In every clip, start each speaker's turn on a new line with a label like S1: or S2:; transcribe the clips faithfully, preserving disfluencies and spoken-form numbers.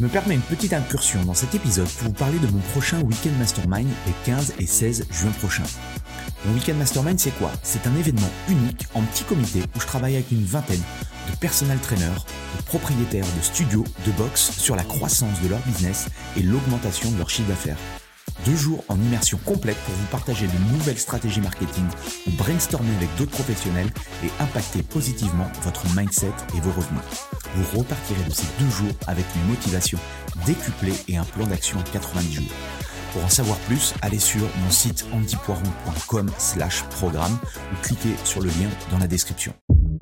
S1: Je me permets une petite incursion dans cet épisode pour vous parler de mon prochain Weekend Mastermind les quinze et seize juin prochains. Mon Weekend Mastermind, c'est quoi ? C'est un événement unique en petit comité où je travaille avec une vingtaine de personal trainers, de propriétaires de studios, de box sur la croissance de leur business et l'augmentation de leur chiffre d'affaires. Deux jours en immersion complète pour vous partager de nouvelles stratégies marketing ou brainstormer avec d'autres professionnels et impacter positivement votre mindset et vos revenus. Vous repartirez de ces deux jours avec une motivation décuplée et un plan d'action en quatre-vingt-dix jours. Pour en savoir plus, allez sur mon site andypoiron point com slash programme ou cliquez sur le lien dans la description.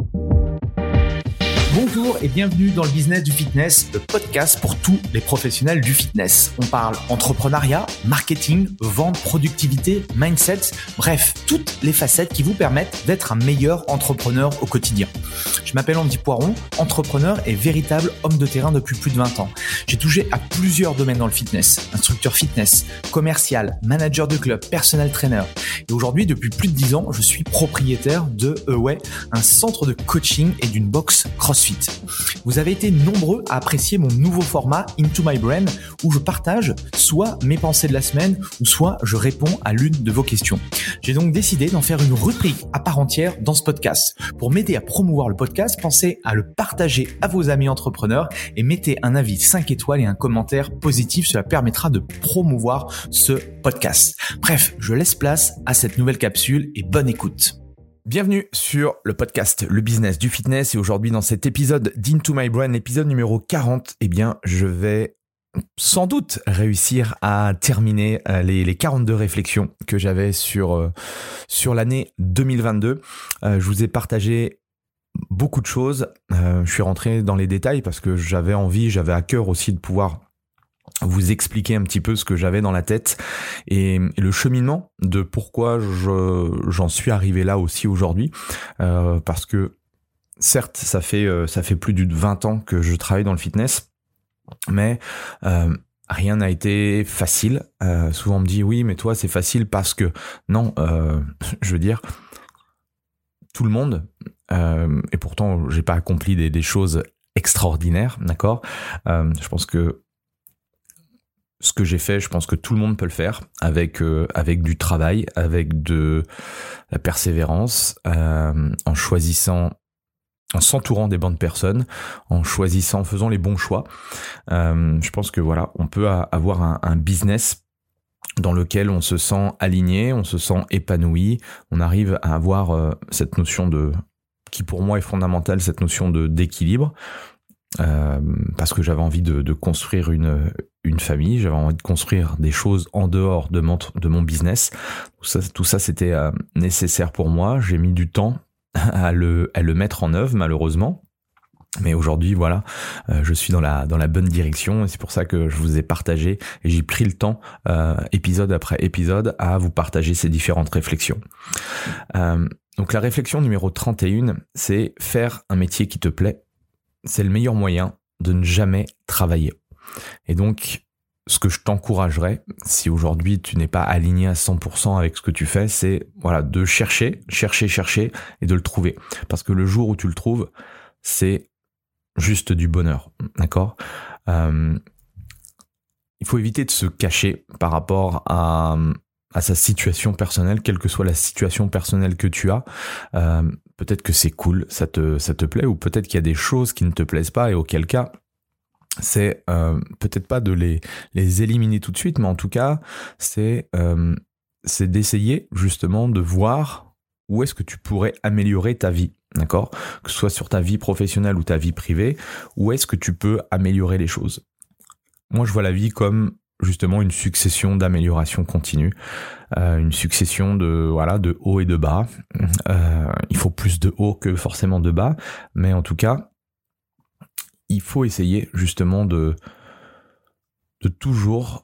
S1: Bonjour et bienvenue dans le business du fitness, le podcast pour tous les professionnels du fitness. On parle entrepreneuriat, marketing, vente, productivité, mindset, bref, toutes les facettes qui vous permettent d'être un meilleur entrepreneur au quotidien. Je m'appelle Andy Poiron, entrepreneur et véritable homme de terrain depuis plus de vingt ans. J'ai touché à plusieurs domaines dans le fitness, instructeur fitness, commercial, manager de club, personal trainer. Et aujourd'hui, depuis plus de dix ans, je suis propriétaire de Away, un centre de coaching et d'une box CrossFit. Vous avez été nombreux à apprécier mon nouveau format Into My Brain où je partage soit mes pensées de la semaine ou soit je réponds à l'une de vos questions. J'ai donc décidé d'en faire une rubrique à part entière dans ce podcast. Pour m'aider à promouvoir le podcast, pensez à le partager à vos amis entrepreneurs et mettez un avis cinq étoiles et un commentaire positif. Cela permettra de promouvoir ce podcast. Bref, je laisse place à cette nouvelle capsule et bonne écoute. Bienvenue sur le podcast Le Business du Fitness et aujourd'hui dans cet épisode d'Into My Brain, l'épisode numéro quarante, eh bien je vais sans doute réussir à terminer les, les quarante-deux réflexions que j'avais sur, euh, sur l'année deux mille vingt-deux. Euh, je vous ai partagé beaucoup de choses, euh, je suis rentré dans les détails parce que j'avais envie, j'avais à cœur aussi de pouvoir vous expliquer un petit peu ce que j'avais dans la tête et, et le cheminement de pourquoi je, j'en suis arrivé là aussi aujourd'hui. Euh, parce que certes, ça fait, ça fait plus de vingt ans que je travaille dans le fitness, mais euh, rien n'a été facile. Euh, souvent on me dit oui, mais toi c'est facile parce que non, euh, je veux dire, tout le monde, euh, et pourtant j'ai pas accompli des, des choses extraordinaires, d'accord. Euh, je pense que ce que j'ai fait, je pense que tout le monde peut le faire avec euh, avec du travail, avec de la persévérance, euh, en choisissant, en s'entourant des bonnes personnes, en choisissant, en faisant les bons choix. Euh, je pense que voilà, on peut avoir un, un business dans lequel on se sent aligné, on se sent épanoui, on arrive à avoir euh, cette notion de, qui pour moi est fondamentale, cette notion de d'équilibre. Euh, parce que j'avais envie de, de construire une une famille, j'avais envie de construire des choses en dehors de mon de mon business. Tout ça, tout ça c'était euh, nécessaire pour moi. J'ai mis du temps à le à le mettre en œuvre malheureusement, mais aujourd'hui voilà, euh, je suis dans la dans la bonne direction et c'est pour ça que je vous ai partagé et j'ai pris le temps euh, épisode après épisode à vous partager ces différentes réflexions. Euh, donc la réflexion numéro trente et un, c'est faire un métier qui te plaît. C'est le meilleur moyen de ne jamais travailler. Et donc, ce que je t'encouragerais, si aujourd'hui tu n'es pas aligné à cent pour cent avec ce que tu fais, c'est voilà de chercher, chercher, chercher et de le trouver. Parce que le jour où tu le trouves, c'est juste du bonheur, d'accord ? euh, Il faut éviter de se cacher par rapport à, à sa situation personnelle, quelle que soit la situation personnelle que tu as. Euh, peut-être que c'est cool, ça te, ça te plaît, ou peut-être qu'il y a des choses qui ne te plaisent pas, et auquel cas, c'est euh, peut-être pas de les, les éliminer tout de suite, mais en tout cas, c'est, euh, c'est d'essayer justement de voir où est-ce que tu pourrais améliorer ta vie, d'accord ? Que ce soit sur ta vie professionnelle ou ta vie privée, où est-ce que tu peux améliorer les choses ? Moi, je vois la vie comme justement une succession d'améliorations continues, euh, une succession de voilà de hauts et de bas. Euh, il faut plus de hauts que forcément de bas, mais en tout cas, il faut essayer justement de de toujours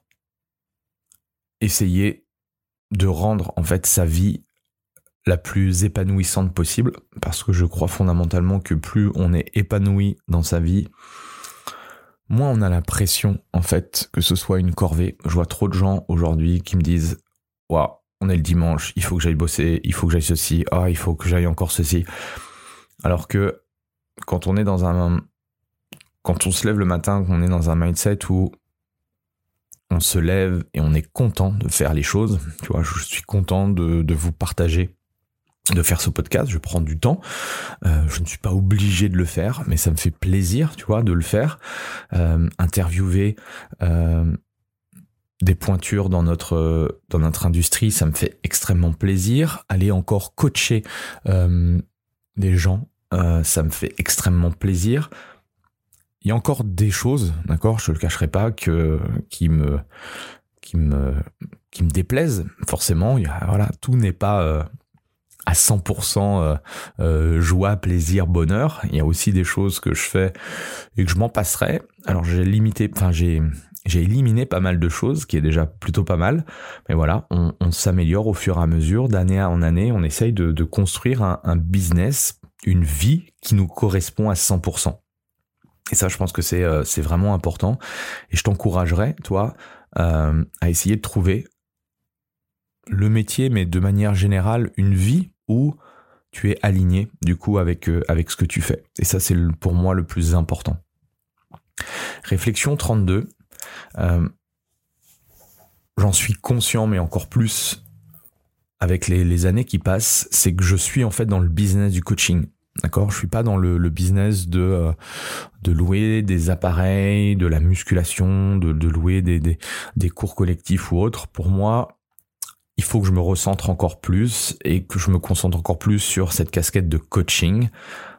S1: essayer de rendre en fait sa vie la plus épanouissante possible, parce que je crois fondamentalement que plus on est épanoui dans sa vie, moins on a la pression, en fait, que ce soit une corvée. Je vois trop de gens aujourd'hui qui me disent « Waouh, on est le dimanche, il faut que j'aille bosser, il faut que j'aille ceci, ah, il faut que j'aille encore ceci. » Alors que quand on est dans un
S2: quand on se lève le matin, qu'on est dans un mindset où on se lève et on est content de faire les choses, tu vois, je suis content de, de vous partager, de faire ce podcast, je prends du temps, euh, je ne suis pas obligé de le faire, mais ça me fait plaisir, tu vois, de le faire, euh, interviewer euh, des pointures dans notre dans notre industrie, ça me fait extrêmement plaisir, aller encore coacher euh, des gens, euh, ça me fait extrêmement plaisir. Il y a encore des choses, d'accord, je le cacherai pas, que qui me qui me qui me déplaisent forcément. Il y a, voilà, tout n'est pas euh, à cent pour cent euh, euh, joie, plaisir, bonheur. Il y a aussi des choses que je fais et que je m'en passerai. Alors j'ai limité, enfin j'ai j'ai éliminé pas mal de choses, ce qui est déjà plutôt pas mal. Mais voilà, on, on s'améliore au fur et à mesure, d'année en année. On essaye de, de construire un, un business, une vie qui nous correspond à cent pour cent. Et ça, je pense que c'est euh, c'est vraiment important. Et je t'encouragerais, toi, euh, à essayer de trouver le métier, mais de manière générale, une vie où tu es aligné, du coup, avec euh, avec ce que tu fais. Et ça, c'est le, pour moi le plus important. Réflexion trente-deux. Euh, j'en suis conscient, mais encore plus avec les, les années qui passent, c'est que je suis en fait dans le business du coaching. D'accord, je suis pas dans le, le business de euh, de louer des appareils, de la musculation, de, de louer des, des des cours collectifs ou autres. Pour moi, il faut que je me recentre encore plus et que je me concentre encore plus sur cette casquette de coaching.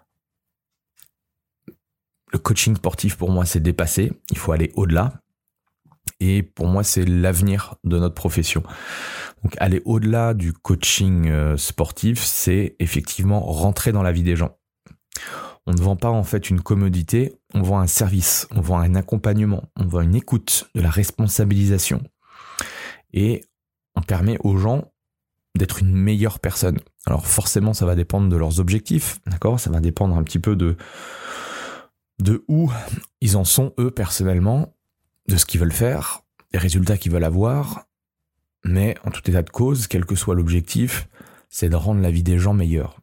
S2: Le coaching sportif, pour moi, c'est dépassé. Il faut aller au-delà. Et pour moi, c'est l'avenir de notre profession. Donc, aller au-delà du coaching euh, sportif, c'est effectivement rentrer dans la vie des gens. On ne vend pas en fait une commodité, on vend un service, on vend un accompagnement, on vend une écoute, de la responsabilisation. Et on permet aux gens d'être une meilleure personne. Alors forcément, ça va dépendre de leurs objectifs, d'accord ? Ça va dépendre un petit peu de, de où ils en sont, eux, personnellement, de ce qu'ils veulent faire, des résultats qu'ils veulent avoir, mais en tout état de cause, quel que soit l'objectif, c'est de rendre la vie des gens meilleure.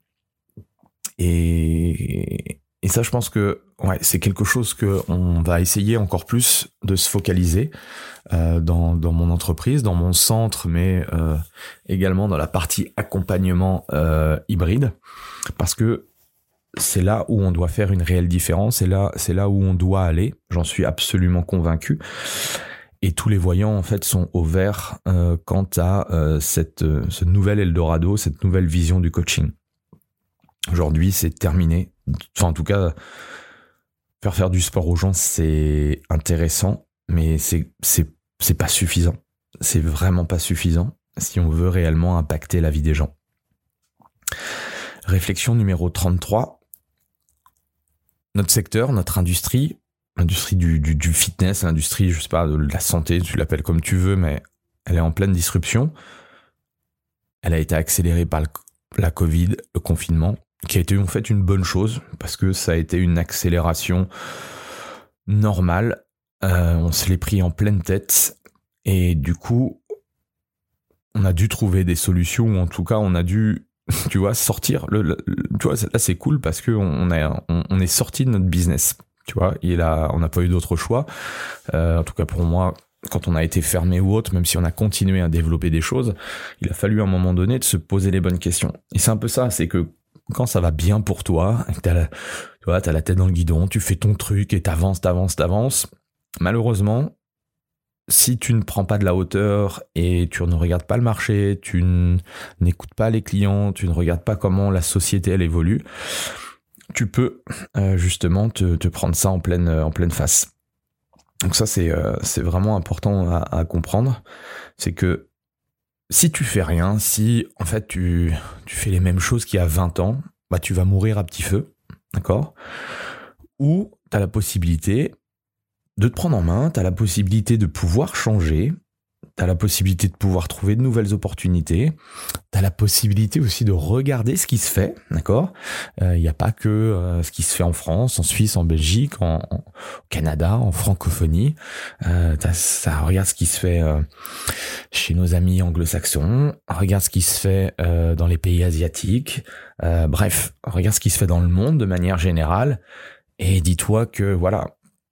S2: Et, et ça, je pense que ouais, c'est quelque chose que on va essayer encore plus de se focaliser euh, dans, dans mon entreprise, dans mon centre, mais euh, également dans la partie accompagnement euh, hybride, parce que c'est là où on doit faire une réelle différence, c'est là, c'est là où on doit aller, j'en suis absolument convaincu. Et tous les voyants, en fait, sont au vert euh, quant à euh, cette, euh, ce nouvel Eldorado, cette nouvelle vision du coaching. Aujourd'hui, c'est terminé. Enfin, en tout cas, faire faire du sport aux gens, c'est intéressant, mais c'est, c'est, c'est pas suffisant. C'est vraiment pas suffisant si on veut réellement impacter la vie des gens. Réflexion numéro trente-trois. Notre secteur, notre industrie, l'industrie du, du, du fitness, l'industrie, je sais pas, de la santé, tu l'appelles comme tu veux, mais elle est en pleine disruption. Elle a été accélérée par le, la Covid, le confinement, qui a été en fait une bonne chose, parce que ça a été une accélération normale. Euh, on se l'est pris en pleine tête, et du coup, on a dû trouver des solutions, ou en tout cas, on a dû... tu vois, sortir, le, le, tu vois, là c'est cool parce que on, a, on, on est sorti de notre business, tu vois, et là on n'a pas eu d'autre choix, euh, en tout cas pour moi, quand on a été fermé ou autre, même si on a continué à développer des choses, il a fallu à un moment donné de se poser les bonnes questions. Et c'est un peu ça, c'est que quand ça va bien pour toi, t'as la, tu vois, t'as la tête dans le guidon, tu fais ton truc et t'avances, t'avances, t'avances, malheureusement, si tu ne prends pas de la hauteur et tu ne regardes pas le marché, tu n'écoutes pas les clients, tu ne regardes pas comment la société elle évolue, tu peux euh, justement te, te prendre ça en pleine, en pleine face. Donc ça c'est, euh, c'est vraiment important à, à comprendre, c'est que si tu fais rien, si en fait tu, tu fais les mêmes choses qu'il y a vingt ans, bah tu vas mourir à petit feu, d'accord ? Ou tu as la possibilité de te prendre en main, tu as la possibilité de pouvoir changer, tu as la possibilité de pouvoir trouver de nouvelles opportunités, tu as la possibilité aussi de regarder ce qui se fait, d'accord ? Il euh, n'y a pas que euh, ce qui se fait en France, en Suisse, en Belgique, en, en au Canada, en francophonie. Euh, t'as, ça, regarde ce qui se fait euh, chez nos amis anglo-saxons, regarde ce qui se fait euh, dans les pays asiatiques, euh, bref, regarde ce qui se fait dans le monde de manière générale, et dis-toi que voilà,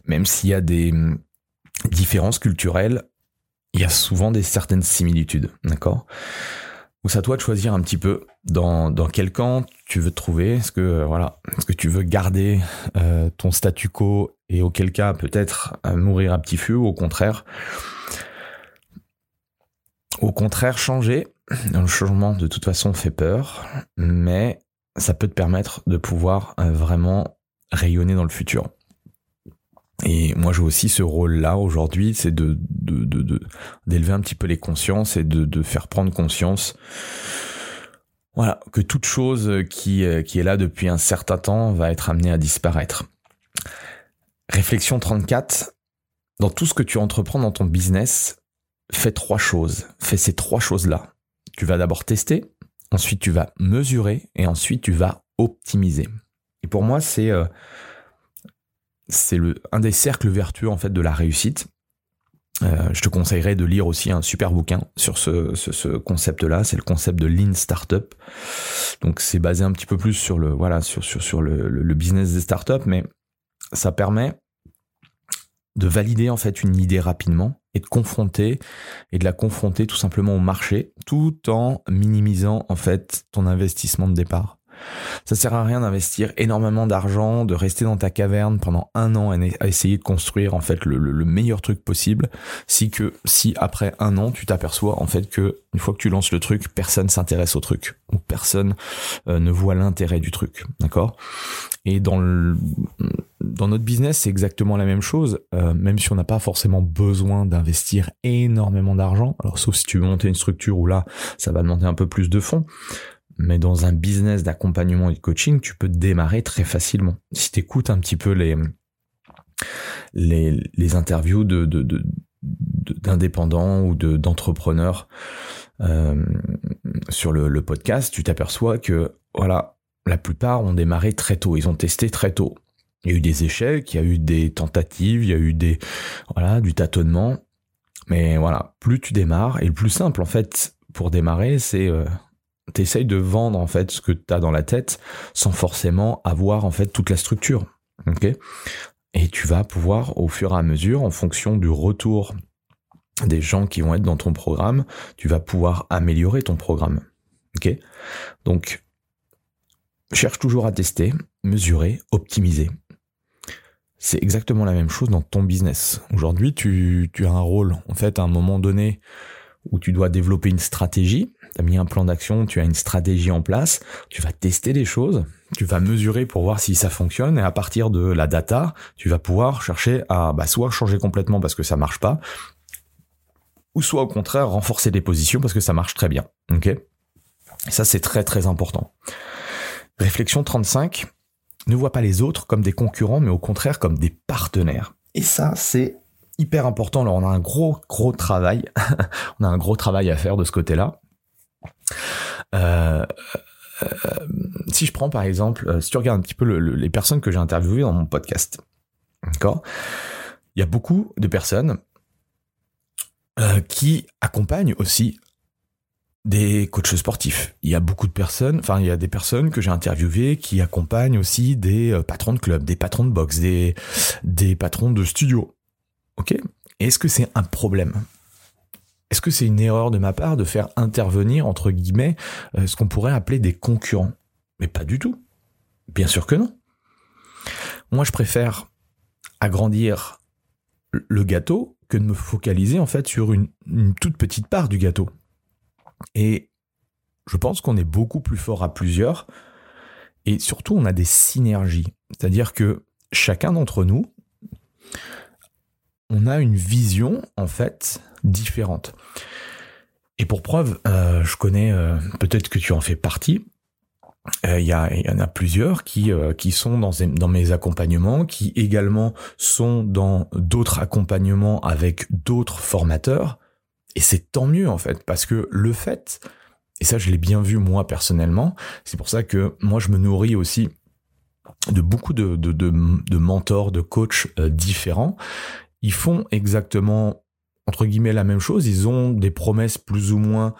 S2: même s'il y a des différences culturelles, il y a souvent des certaines similitudes, d'accord ? Donc c'est à toi de choisir un petit peu dans, dans quel camp tu veux te trouver. Est-ce que, euh, voilà, est-ce que tu veux garder euh, ton statu quo et auquel cas peut-être euh, mourir à petit feu, ou au contraire, au contraire changer. Le changement de toute façon fait peur, mais ça peut te permettre de pouvoir euh, vraiment rayonner dans le futur. Et moi, j'ai aussi ce rôle-là aujourd'hui, c'est de, de, de, de, d'élever un petit peu les consciences et de, de faire prendre conscience, voilà, que toute chose qui, qui est là depuis un certain temps va être amenée à disparaître. Réflexion trente-quatre. Dans tout ce que tu entreprends dans ton business, fais trois choses. Fais ces trois choses-là. Tu vas d'abord tester, ensuite tu vas mesurer et ensuite tu vas optimiser. Et pour moi, c'est... Euh, c'est le, un des cercles vertueux en fait de la réussite. Euh, je te conseillerais de lire aussi un super bouquin sur ce, ce, ce concept-là. C'est le concept de Lean Startup. Donc c'est basé un petit peu plus sur le voilà sur sur sur le, le, le business des startups, mais ça permet de valider en fait une idée rapidement et de confronter et de la confronter tout simplement au marché, tout en minimisant en fait ton investissement de départ. Ça sert à rien d'investir énormément d'argent, de rester dans ta caverne pendant un an à essayer de construire en fait le, le, le meilleur truc possible, si que si après un an tu t'aperçois en fait que une fois que tu lances le truc, personne s'intéresse au truc ou personne euh, ne voit l'intérêt du truc, d'accord ? Et dans le dans notre business, c'est exactement la même chose, euh, même si on n'a pas forcément besoin d'investir énormément d'argent. Alors sauf si tu veux monter une structure où là, ça va demander un peu plus de fonds. Mais dans un business d'accompagnement et de coaching, tu peux démarrer très facilement. Si tu écoutes un petit peu les, les, les interviews de, de, de, de, d'indépendants ou de, d'entrepreneurs euh, sur le, le podcast, tu t'aperçois que voilà, la plupart ont démarré très tôt. Ils ont testé très tôt. Il y a eu des échecs, il y a eu des tentatives, il y a eu des voilà du tâtonnement. Mais voilà, plus tu démarres, et le plus simple en fait pour démarrer, c'est... Euh, t'essayes de vendre en fait ce que t'as dans la tête sans forcément avoir en fait toute la structure, ok ? Et tu vas pouvoir au fur et à mesure, en fonction du retour des gens qui vont être dans ton programme, tu vas pouvoir améliorer ton programme, ok ? Donc, cherche toujours à tester, mesurer, optimiser. C'est exactement la même chose dans ton business. Aujourd'hui, tu, tu as un rôle en fait à un moment donné où tu dois développer une stratégie. Tu as mis un plan d'action, tu as une stratégie en place, tu vas tester des choses, tu vas mesurer pour voir si ça fonctionne, et à partir de la data, tu vas pouvoir chercher à bah, soit changer complètement parce que ça marche pas, ou soit au contraire renforcer des positions parce que ça marche très bien. Ok ? Et ça, c'est très très important. Réflexion trente-cinq, ne vois pas les autres comme des concurrents, mais au contraire comme des partenaires. Et ça, c'est hyper important. Alors, on a un gros gros travail, on a un gros travail à faire de ce côté-là. Euh, euh, si je prends par exemple, euh, si tu regardes un petit peu le, le, les personnes que j'ai interviewées dans mon podcast, d'accord, il y a beaucoup de personnes euh, qui accompagnent aussi des coachs sportifs. Il y a beaucoup de personnes, enfin il y a des personnes que j'ai interviewées qui accompagnent aussi des euh, patrons de clubs, des patrons de boxe, des des patrons de studio. Ok ? Est-ce que c'est un problème ? Est-ce que c'est une erreur de ma part de faire intervenir, entre guillemets, euh, ce qu'on pourrait appeler des concurrents ? Mais pas du tout. Bien sûr que non. Moi, je préfère agrandir le gâteau que de me focaliser, en fait, sur une, une toute petite part du gâteau. Et je pense qu'on est beaucoup plus fort à plusieurs. Et surtout, on a des synergies. C'est-à-dire que chacun d'entre nous, on a une vision, en fait, différente. Et pour preuve, euh, je connais, euh, peut-être que tu en fais partie, il euh, y, y en a plusieurs qui, euh, qui sont dans, dans mes accompagnements, qui également sont dans d'autres accompagnements avec d'autres formateurs. Et c'est tant mieux, en fait, parce que le fait, et ça, je l'ai bien vu moi personnellement, c'est pour ça que moi, je me nourris aussi de beaucoup de, de, de, de mentors, de coachs euh, différents. Ils font exactement, entre guillemets, la même chose. Ils ont des promesses plus ou moins,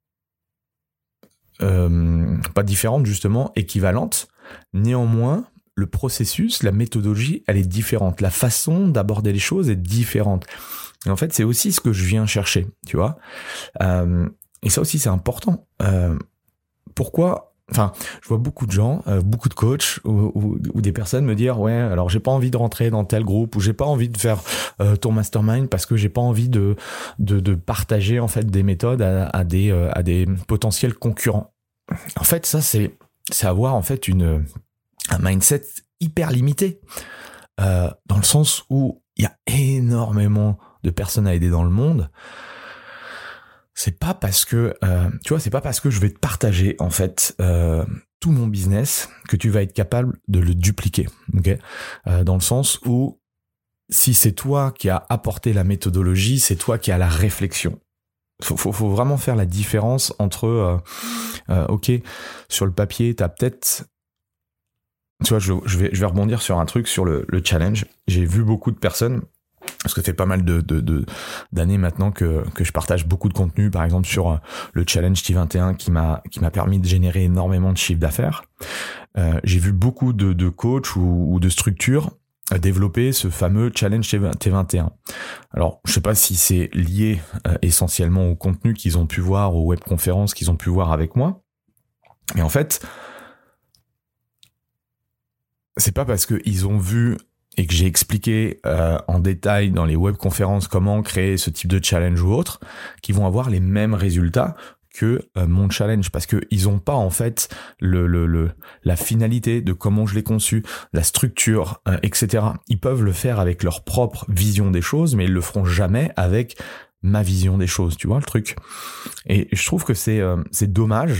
S2: euh, pas différentes justement, équivalentes. Néanmoins, le processus, la méthodologie, elle est différente. La façon d'aborder les choses est différente. Et en fait, c'est aussi ce que je viens chercher, tu vois. Euh, et ça aussi, c'est important. Euh, pourquoi Enfin, je vois beaucoup de gens, euh, beaucoup de coachs ou, ou, ou des personnes me dire ouais, alors j'ai pas envie de rentrer dans tel groupe ou j'ai pas envie de faire euh, ton mastermind parce que j'ai pas envie de de, de partager en fait des méthodes à, à des euh, à des potentiels concurrents. En fait, ça c'est c'est avoir en fait une un mindset hyper limité euh, dans le sens où il y a énormément de personnes à aider dans le monde. C'est pas parce que, euh, tu vois, c'est pas parce que je vais te partager en fait euh, tout mon business que tu vas être capable de le dupliquer, ok ? Euh, dans le sens où si c'est toi qui as apporté la méthodologie, c'est toi qui as la réflexion. Faut, faut, faut vraiment faire la différence entre, euh, euh, ok, sur le papier, t'as peut-être, tu vois, je, je vais, je vais rebondir sur un truc sur le, le challenge. J'ai vu beaucoup de personnes. Parce que ça fait pas mal de, de, de, d'années maintenant que, que je partage beaucoup de contenu, par exemple sur le challenge T vingt et un qui m'a, qui m'a permis de générer énormément de chiffre d'affaires. Euh, j'ai vu beaucoup de, de coachs ou, ou de structures développer ce fameux challenge T vingt et un. Alors, je sais pas si c'est lié euh, essentiellement au contenu qu'ils ont pu voir, aux webconférences qu'ils ont pu voir avec moi. Mais en fait, c'est pas parce qu'ils ont vu et que j'ai expliqué euh, en détail dans les webconférences comment créer ce type de challenge ou autre, qui vont avoir les mêmes résultats que euh, mon challenge, parce que ils ont pas en fait le, le, le la finalité de comment je l'ai conçu, la structure, euh, et cetera. Ils peuvent le faire avec leur propre vision des choses, mais ils le feront jamais avec ma vision des choses, tu vois le truc. Et je trouve que c'est euh, c'est dommage.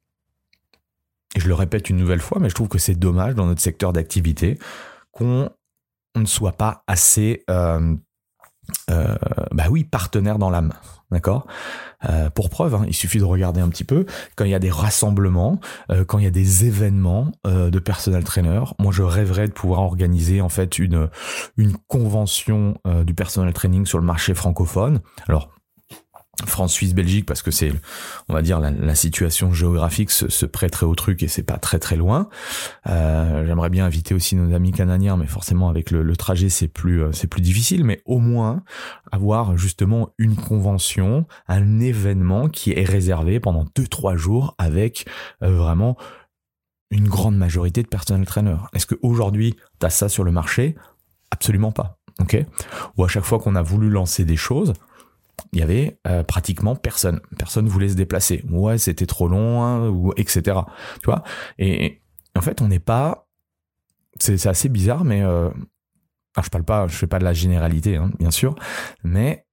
S2: Et je le répète une nouvelle fois, mais je trouve que c'est dommage dans notre secteur d'activité qu'on on ne soit pas assez, euh, euh, bah oui, partenaire dans l'âme, d'accord ? euh, Pour preuve, hein, il suffit de regarder un petit peu quand il y a des rassemblements, euh, quand il y a des événements euh, de personal trainer. Moi, je rêverais de pouvoir organiser en fait une une convention euh, du personal training sur le marché francophone. Alors France, Suisse, Belgique, parce que c'est, on va dire, la, la situation géographique se, se prêterait au truc et c'est pas très très loin. Euh, j'aimerais bien inviter aussi nos amis canadiens, mais forcément avec le, le trajet c'est plus c'est plus difficile. Mais au moins avoir justement une convention, un événement qui est réservé pendant deux trois jours avec euh, vraiment une grande majorité de personal trainers. Est-ce que aujourd'hui t'as ça sur le marché ? Absolument pas. Ok ? Ou à chaque fois qu'on a voulu lancer des choses, il y avait euh, pratiquement personne. Personne voulait se déplacer. Ouais, c'était trop long, hein, ou et cetera. Tu vois ? Et, et en fait, on n'est pas. C'est, c'est assez bizarre, mais euh... alors je parle pas, je fais pas de la généralité, hein, bien sûr, mais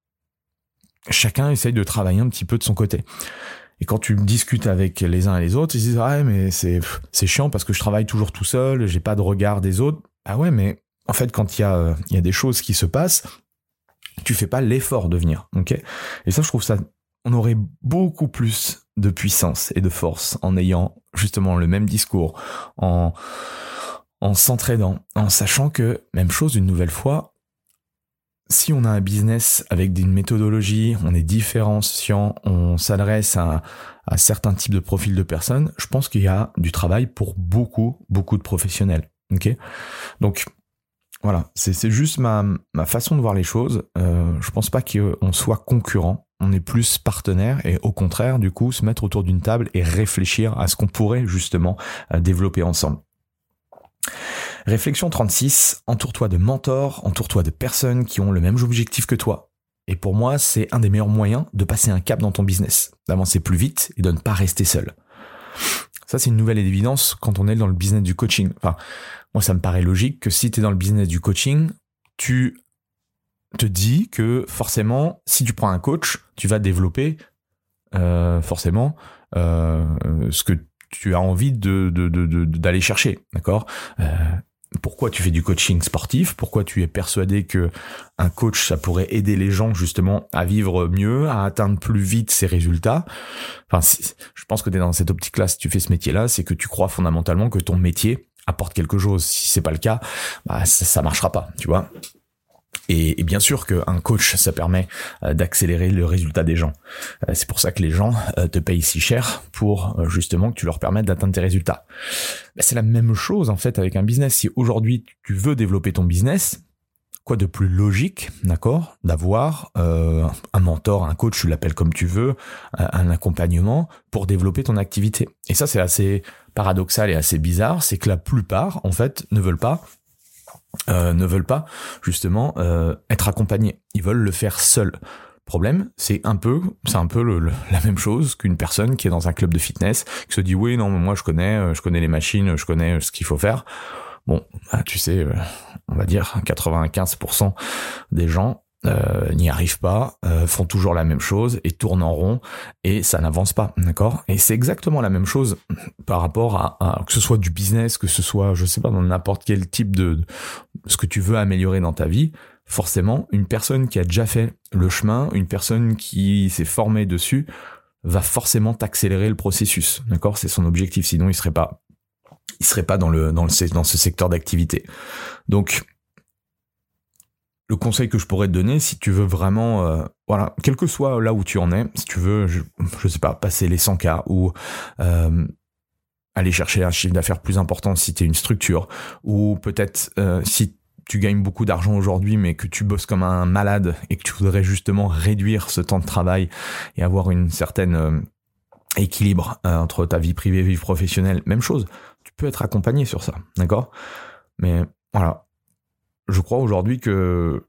S2: chacun essaye de travailler un petit peu de son côté. Et quand tu discutes avec les uns et les autres, ils disent ah ouais, mais c'est c'est chiant parce que je travaille toujours tout seul, j'ai pas de regard des autres. Ah ouais, mais en fait, quand il y a il y a des choses qui se passent, tu fais pas l'effort de venir, ok ? Et ça, je trouve ça, on aurait beaucoup plus de puissance et de force en ayant justement le même discours, en, en s'entraidant, en sachant que, même chose une nouvelle fois, si on a un business avec une méthodologie, on est différenciant, on s'adresse à, à certains types de profils de personnes, je pense qu'il y a du travail pour beaucoup, beaucoup de professionnels, ok ? Donc, voilà, c'est, c'est juste ma, ma façon de voir les choses. Euh, je pense pas qu'on soit concurrent. On est plus partenaire et au contraire, du coup, se mettre autour d'une table et réfléchir à ce qu'on pourrait justement euh, développer ensemble. Réflexion trente-six, entoure-toi de mentors, entoure-toi de personnes qui ont le même objectif que toi. Et pour moi, c'est un des meilleurs moyens de passer un cap dans ton business, d'avancer plus vite et de ne pas rester seul. Ça, c'est une nouvelle évidence quand on est dans le business du coaching. Enfin, moi, ça me paraît logique que si tu es dans le business du coaching, tu te dis que forcément, si tu prends un coach, tu vas développer euh, forcément euh, ce que tu as envie de, de, de, de, d'aller chercher, d'accord ? euh, Pourquoi tu fais du coaching sportif ? Pourquoi tu es persuadé que un coach, ça pourrait aider les gens justement à vivre mieux, à atteindre plus vite ses résultats ? Enfin, si, je pense que tu es dans cette optique-là. Si tu fais ce métier-là, c'est que tu crois fondamentalement que ton métier apporte quelque chose. Si c'est pas le cas, bah ça, ça marchera pas, tu vois. Et, et bien sûr qu'un coach, ça permet euh, d'accélérer le résultat des gens. Euh, c'est pour ça que les gens euh, te payent si cher pour euh, justement que tu leur permettes d'atteindre tes résultats. Ben, c'est la même chose en fait avec un business. Si aujourd'hui tu veux développer ton business, quoi de plus logique, d'accord, d'avoir euh, un mentor, un coach, tu l'appelles comme tu veux, un accompagnement pour développer ton activité. Et ça, c'est assez paradoxal et assez bizarre, c'est que la plupart, en fait, ne veulent pas Euh, ne veulent pas justement euh, être accompagnés. Ils veulent le faire seuls. Problème, c'est un peu, c'est un peu le, le, la même chose qu'une personne qui est dans un club de fitness, qui se dit oui non mais moi je connais, je connais les machines, je connais ce qu'il faut faire. Bon, bah, tu sais, euh, on va dire quatre-vingt-quinze pour cent des gens Euh, n'y arrivent pas, euh, font toujours la même chose et tournent en rond et ça n'avance pas, d'accord ? Et c'est exactement la même chose par rapport à, à que ce soit du business, que ce soit, je sais pas, dans n'importe quel type de, de ce que tu veux améliorer dans ta vie. Forcément, une personne qui a déjà fait le chemin, une personne qui s'est formée dessus, va forcément t'accélérer le processus, d'accord ? C'est son objectif, sinon il serait pas, il serait pas dans le dans le dans ce secteur d'activité. Donc le conseil que je pourrais te donner, si tu veux vraiment, euh, voilà, quel que soit là où tu en es, si tu veux, je, je sais pas, passer les cent K ou euh, aller chercher un chiffre d'affaires plus important si tu es une structure, ou peut-être euh, si tu gagnes beaucoup d'argent aujourd'hui mais que tu bosses comme un malade et que tu voudrais justement réduire ce temps de travail et avoir une certaine euh, équilibre euh, entre ta vie privée et vie professionnelle, même chose, tu peux être accompagné sur ça, d'accord ? Mais voilà. Je crois aujourd'hui que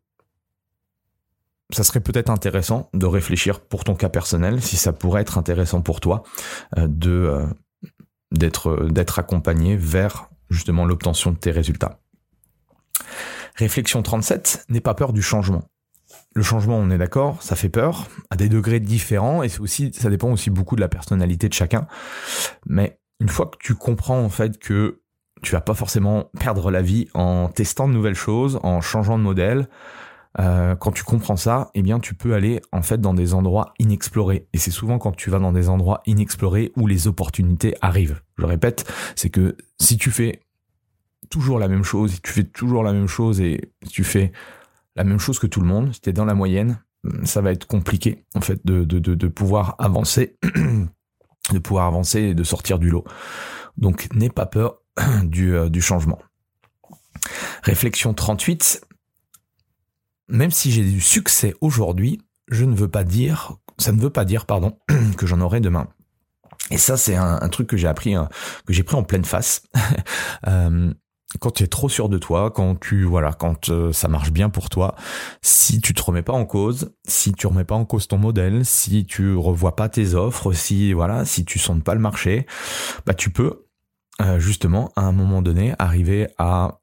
S2: ça serait peut-être intéressant de réfléchir pour ton cas personnel, si ça pourrait être intéressant pour toi, euh, de euh, d'être d'être accompagné vers justement l'obtention de tes résultats. Réflexion trente-sept, n'aie pas peur du changement. Le changement, on est d'accord, ça fait peur, à des degrés différents, et c'est aussi, ça dépend aussi beaucoup de la personnalité de chacun. Mais une fois que tu comprends en fait que tu vas pas forcément perdre la vie en testant de nouvelles choses, en changeant de modèle. Euh, quand tu comprends ça, eh bien, tu peux aller en fait dans des endroits inexplorés. Et c'est souvent quand tu vas dans des endroits inexplorés où les opportunités arrivent. Je répète, c'est que si tu fais toujours la même chose, si tu fais toujours la même chose et si tu fais la même chose que tout le monde, si t'es dans la moyenne, ça va être compliqué en fait de de de, de pouvoir avancer, de pouvoir avancer et de sortir du lot. Donc, n'aie pas peur du, euh, du changement. Réflexion trente-huit. Même si j'ai du succès aujourd'hui, je ne veux pas dire, ça ne veut pas dire, pardon, que j'en aurai demain. Et ça, c'est un, un truc que j'ai appris, hein, que j'ai pris en pleine face. euh, quand tu es trop sûr de toi, quand tu, voilà, quand euh, ça marche bien pour toi, si tu te remets pas en cause, si tu remets pas en cause ton modèle, si tu revois pas tes offres, si, voilà, si tu sondes pas le marché, bah, tu peux, Euh, justement, à un moment donné, arriver à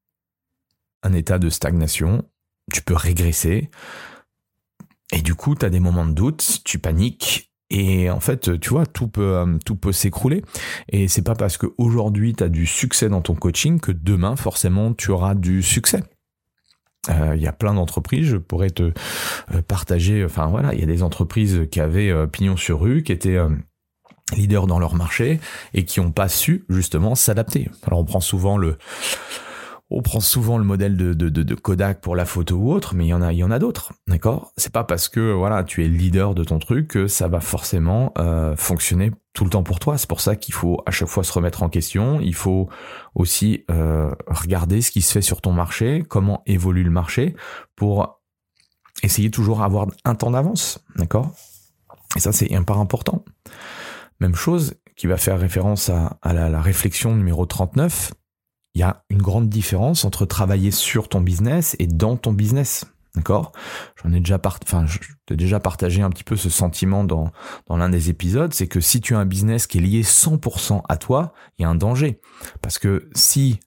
S2: un état de stagnation, tu peux régresser, et du coup, tu as des moments de doute, tu paniques, et en fait, tu vois, tout peut, tout peut s'écrouler. Et c'est pas parce qu'aujourd'hui, tu as du succès dans ton coaching que demain, forcément, tu auras du succès. Il euh, y a plein d'entreprises, je pourrais te euh, partager, enfin voilà, il y a des entreprises qui avaient euh, pignon sur rue, qui étaient... Euh, leaders dans leur marché et qui n'ont pas su justement s'adapter. Alors on prend souvent le on prend souvent le modèle de, de, de, de Kodak pour la photo ou autre, mais il y en a il y en a d'autres, d'accord ? C'est pas parce que voilà tu es leader de ton truc que ça va forcément euh, fonctionner tout le temps pour toi. C'est pour ça qu'il faut à chaque fois se remettre en question. Il faut aussi euh, regarder ce qui se fait sur ton marché, comment évolue le marché, pour essayer toujours à avoir un temps d'avance, d'accord ? Et ça c'est un part important. Même chose qui va faire référence à, à la, la réflexion numéro trente-neuf, il y a une grande différence entre travailler sur ton business et dans ton business, d'accord ? J'en ai déjà part... enfin, je t'ai déjà partagé un petit peu ce sentiment dans, dans l'un des épisodes, c'est que si tu as un business qui est lié cent pour cent à toi, il y a un danger. Parce que si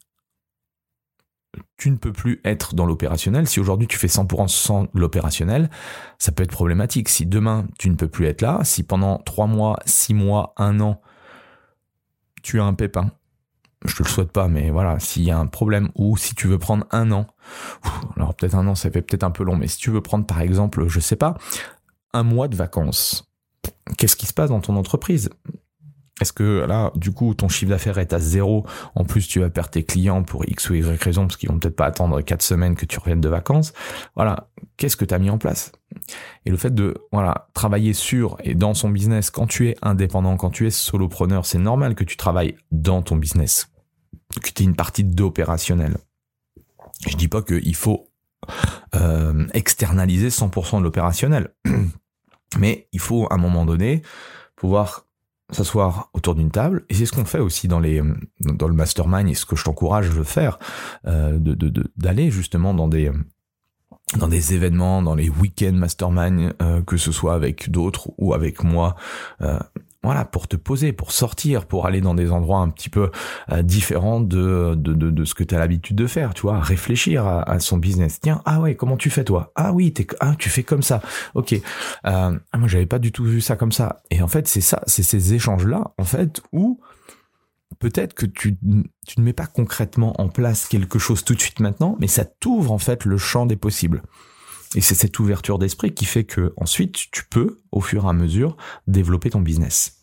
S2: tu ne peux plus être dans l'opérationnel, si aujourd'hui tu fais cent pour cent de l'opérationnel, ça peut être problématique. Si demain tu ne peux plus être là, si pendant trois mois, six mois, un an, tu as un pépin, je te le souhaite pas, mais voilà, s'il y a un problème, ou si tu veux prendre un an, alors peut-être un an ça fait peut-être un peu long, mais si tu veux prendre par exemple, je sais pas, un mois de vacances, qu'est-ce qui se passe dans ton entreprise ? Est-ce que là, du coup, ton chiffre d'affaires est à zéro, en plus tu vas perdre tes clients pour X ou Y raison, parce qu'ils vont peut-être pas attendre quatre semaines que tu reviennes de vacances. Voilà, qu'est-ce que tu as mis en place? Et le fait de voilà travailler sur et dans son business, quand tu es indépendant, quand tu es solopreneur, c'est normal que tu travailles dans ton business, que tu aies une partie d'opérationnel. Je dis pas qu'il faut euh, externaliser cent pour cent de l'opérationnel, mais il faut à un moment donné pouvoir s'asseoir autour d'une table, et c'est ce qu'on fait aussi dans les dans le mastermind, et ce que je t'encourage de faire, euh, de, de, de d'aller justement dans des dans des événements, dans les week-ends mastermind, euh, que ce soit avec d'autres ou avec moi, euh, voilà, pour te poser, pour sortir, pour aller dans des endroits un petit peu euh, différents de, de de de ce que tu as l'habitude de faire, tu vois, réfléchir à, à son business. Tiens, ah ouais, comment tu fais toi? Ah oui, t'es, ah tu fais comme ça. Ok, euh, ah, moi j'avais pas du tout vu ça comme ça. Et en fait, c'est ça, c'est ces échanges-là, en fait, où peut-être que tu, tu ne mets pas concrètement en place quelque chose tout de suite maintenant, mais ça t'ouvre en fait le champ des possibles. Et c'est cette ouverture d'esprit qui fait que ensuite tu peux, au fur et à mesure, développer ton business.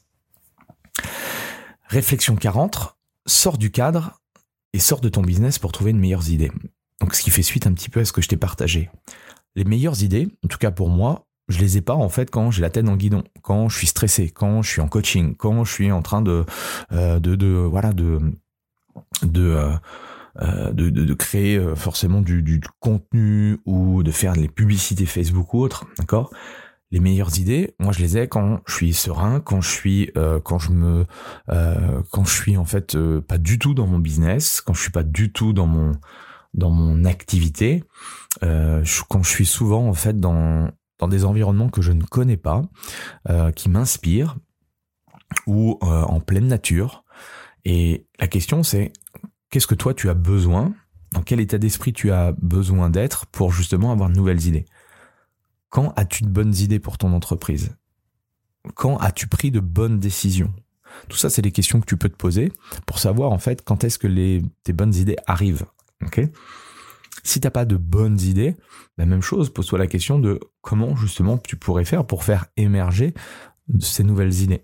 S2: Réflexion quarante, sors du cadre et sors de ton business pour trouver de meilleures idées. Donc ce qui fait suite un petit peu à ce que je t'ai partagé. Les meilleures idées, en tout cas pour moi, je les ai pas en fait quand j'ai la tête dans le guidon, quand je suis stressé, quand je suis en coaching, quand je suis en train de euh, de, de voilà de de euh, De, de, de créer forcément du, du contenu ou de faire les publicités Facebook ou autre, d'accord? Les meilleures idées, moi je les ai quand je suis serein, quand je suis euh, quand je me euh, quand je suis en fait euh, pas du tout dans mon business, quand je suis pas du tout dans mon dans mon activité, euh, je, quand je suis souvent en fait dans dans des environnements que je ne connais pas, euh, qui m'inspirent, ou euh, en pleine nature. Et la question c'est: qu'est-ce que toi tu as besoin? Dans quel état d'esprit tu as besoin d'être pour justement avoir de nouvelles idées? Quand as-tu de bonnes idées pour ton entreprise? Quand as-tu pris de bonnes décisions? Tout ça, c'est des questions que tu peux te poser pour savoir en fait quand est-ce que les, tes bonnes idées arrivent. Okay? Si t'as pas de bonnes idées, la même chose, pose-toi la question de comment justement tu pourrais faire pour faire émerger ces nouvelles idées.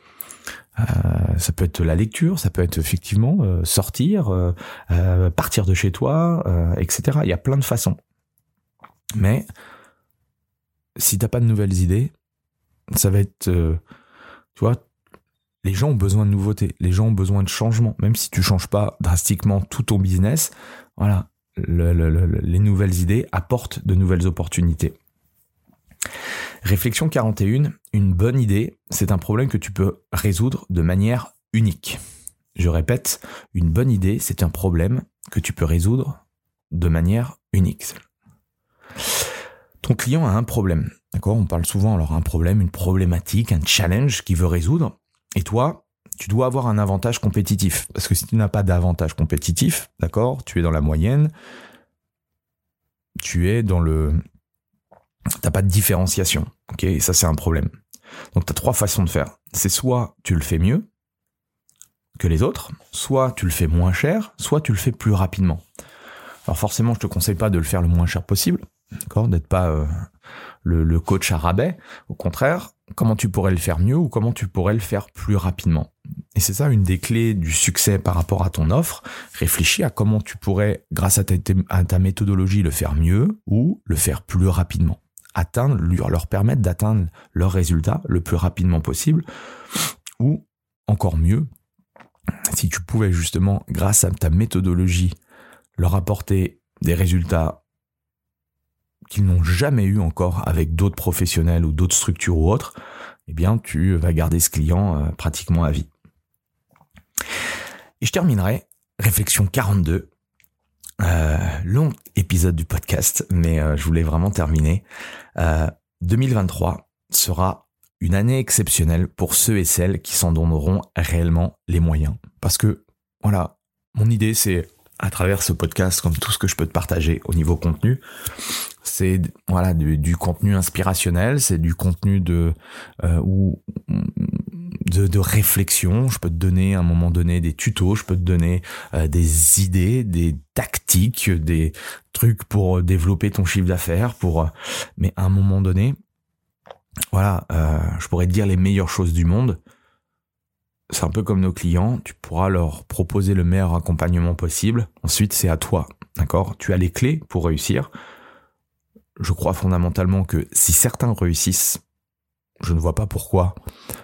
S2: Euh, ça peut être la lecture, ça peut être effectivement euh, sortir, euh, euh, partir de chez toi, euh, et cetera. Il y a plein de façons. Mais si t'as pas de nouvelles idées, ça va être, euh, tu vois, les gens ont besoin de nouveautés, les gens ont besoin de changement. Même si tu changes pas drastiquement tout ton business, voilà, le, le, le, les nouvelles idées apportent de nouvelles opportunités. Réflexion quarante et un, une bonne idée, c'est un problème que tu peux résoudre de manière unique. Je répète, une bonne idée, c'est un problème que tu peux résoudre de manière unique. Ton client a un problème, d'accord? On parle souvent alors un problème, une problématique, un challenge qu'il veut résoudre. Et toi, tu dois avoir un avantage compétitif. Parce que si tu n'as pas d'avantage compétitif, d'accord, tu es dans la moyenne, tu es dans le... T'as pas de différenciation, ok? Et ça, c'est un problème. Donc, t'as trois façons de faire. C'est soit tu le fais mieux que les autres, soit tu le fais moins cher, soit tu le fais plus rapidement. Alors, forcément, je te conseille pas de le faire le moins cher possible, d'accord? D'être pas euh, le, le coach à rabais. Au contraire, comment tu pourrais le faire mieux ou comment tu pourrais le faire plus rapidement. Et c'est ça une des clés du succès par rapport à ton offre. Réfléchis à comment tu pourrais, grâce à ta, à ta méthodologie, le faire mieux ou le faire plus rapidement. Atteindre, leur permettre d'atteindre leurs résultats le plus rapidement possible, ou encore mieux, si tu pouvais justement, grâce à ta méthodologie, leur apporter des résultats qu'ils n'ont jamais eu encore avec d'autres professionnels ou d'autres structures ou autres, eh bien tu vas garder ce client euh, pratiquement à vie. Et je terminerai, réflexion quarante-deux, Euh, long épisode du podcast, mais euh, je voulais vraiment terminer. Euh, deux mille vingt-trois sera une année exceptionnelle pour ceux et celles qui s'en donneront réellement les moyens. Parce que, voilà, mon idée, c'est, à travers ce podcast, comme tout ce que je peux te partager au niveau contenu, c'est voilà du, du contenu inspirationnel, c'est du contenu de euh, ou de, de réflexion. Je peux te donner à un moment donné des tutos, je peux te donner euh, des idées, des tactiques, des trucs pour développer ton chiffre d'affaires. Pour mais à un moment donné, voilà, euh, je pourrais te dire les meilleures choses du monde. c'est un peu comme nos clients, tu pourras leur proposer le meilleur accompagnement possible. Ensuite, c'est à toi, d'accord ? Tu as les clés pour réussir. Je crois fondamentalement que si certains réussissent, je ne vois pas pourquoi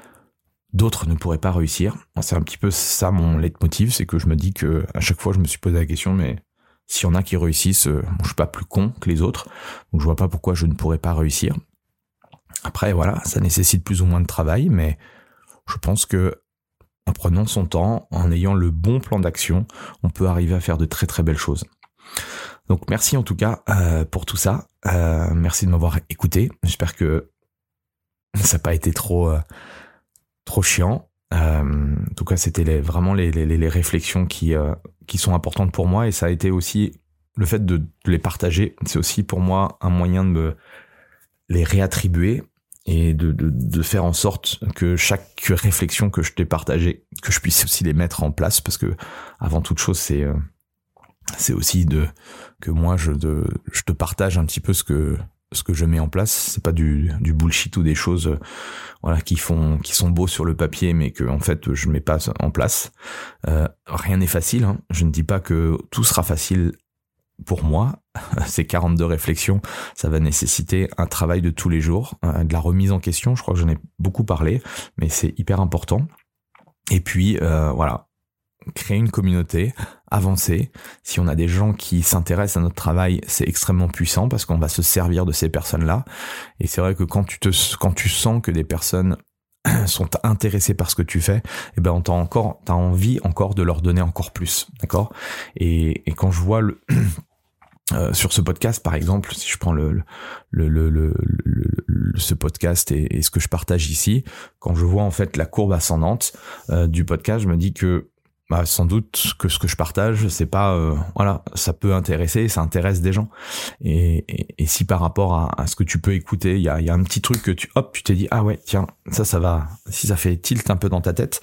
S2: d'autres ne pourraient pas réussir. C'est un petit peu ça mon leitmotiv, c'est que je me dis que à chaque fois je me suis posé la question, mais s'il y en a qui réussissent, euh, je suis pas plus con que les autres, donc je vois pas pourquoi je ne pourrais pas réussir. Après voilà, ça nécessite plus ou moins de travail, mais je pense que en prenant son temps, en ayant le bon plan d'action, on peut arriver à faire de très très belles choses. Donc merci en tout cas euh, pour tout ça. Euh, merci de m'avoir écouté. J'espère que ça n'a pas été trop euh, trop chiant. Euh, en tout cas, c'était les, vraiment les, les, les réflexions qui euh, qui sont importantes pour moi, et ça a été aussi le fait de, de les partager. C'est aussi pour moi un moyen de me les réattribuer et de, de, de faire en sorte que chaque réflexion que je t'ai partagée, que je puisse aussi les mettre en place, parce que avant toute chose, c'est euh, c'est aussi de que moi je de, je te partage un petit peu ce que ce que je mets en place. C'est pas du du bullshit ou des choses euh, voilà qui font qui sont beaux sur le papier mais que en fait je mets pas en place. Euh, rien n'est facile, hein. Je ne dis pas que tout sera facile pour moi. Ces quarante-deux réflexions, ça va nécessiter un travail de tous les jours, euh, de la remise en question. Je crois que j'en ai beaucoup parlé, mais c'est hyper important. Et puis euh, voilà, créer une communauté, avancer. Si on a des gens qui s'intéressent à notre travail, c'est extrêmement puissant parce qu'on va se servir de ces personnes-là. Et c'est vrai que quand tu te, quand tu sens que des personnes sont intéressées par ce que tu fais, eh ben on t'a encore, t'as envie encore de leur donner encore plus, d'accord ? Et, et quand je vois le Euh, sur ce podcast, par exemple, si je prends le, le, le, le, le, le ce podcast et, et ce que je partage ici, quand je vois en fait la courbe ascendante euh, du podcast, je me dis que bah, sans doute que ce que je partage, c'est pas euh, voilà, ça peut intéresser, ça intéresse des gens. Et, et, et si par rapport à, à ce que tu peux écouter, il y a, y a un petit truc que tu hop, tu t'es dit ah ouais tiens ça ça va, si ça fait tilt un peu dans ta tête.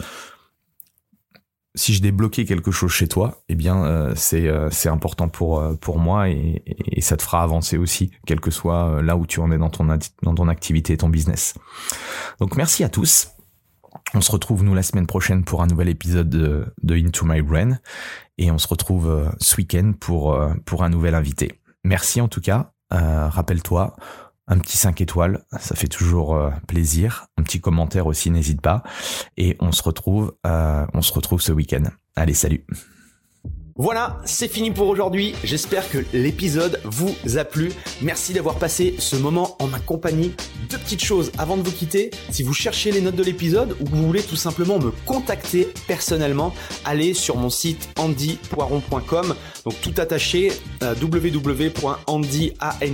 S2: Si je débloquais quelque chose chez toi, eh bien euh, c'est euh, c'est important pour euh, pour moi et, et ça te fera avancer aussi, quel que soit là où tu en es dans ton dans ton activité et ton business. Donc merci à tous. On se retrouve nous la semaine prochaine pour un nouvel épisode de, de Into My Brain et on se retrouve euh, ce week-end pour euh, pour un nouvel invité. Merci en tout cas. Euh, rappelle-toi. Un petit cinq étoiles, ça fait toujours euh, plaisir. Un petit commentaire aussi, n'hésite pas. Et on se retrouve, euh, on se retrouve ce week-end. Allez, salut.
S1: Voilà, c'est fini pour aujourd'hui. J'espère que l'épisode vous a plu. Merci d'avoir passé ce moment en ma compagnie. Deux petites choses avant de vous quitter. Si vous cherchez les notes de l'épisode ou que vous voulez tout simplement me contacter personnellement, allez sur mon site andy poiron point com. Donc tout attaché, euh, w w w point andy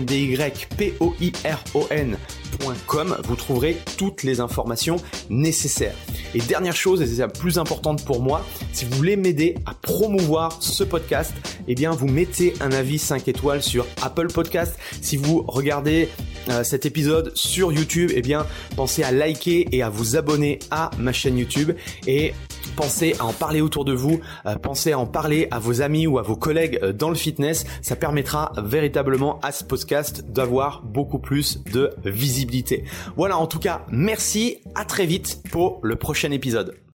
S1: poiron point com. Vous trouverez toutes les informations nécessaires. Et dernière chose, et c'est la plus importante pour moi, si vous voulez m'aider à promouvoir ce podcast, eh bien vous mettez un avis cinq étoiles sur Apple Podcast. Si vous regardez euh, cet épisode sur YouTube, eh bien pensez à liker et à vous abonner à ma chaîne YouTube et pensez à en parler autour de vous, euh, pensez à en parler à vos amis ou à vos collègues euh, dans le fitness. Ça permettra véritablement à ce podcast d'avoir beaucoup plus de visibilité. Voilà, en tout cas, merci, à très vite pour le prochain épisode.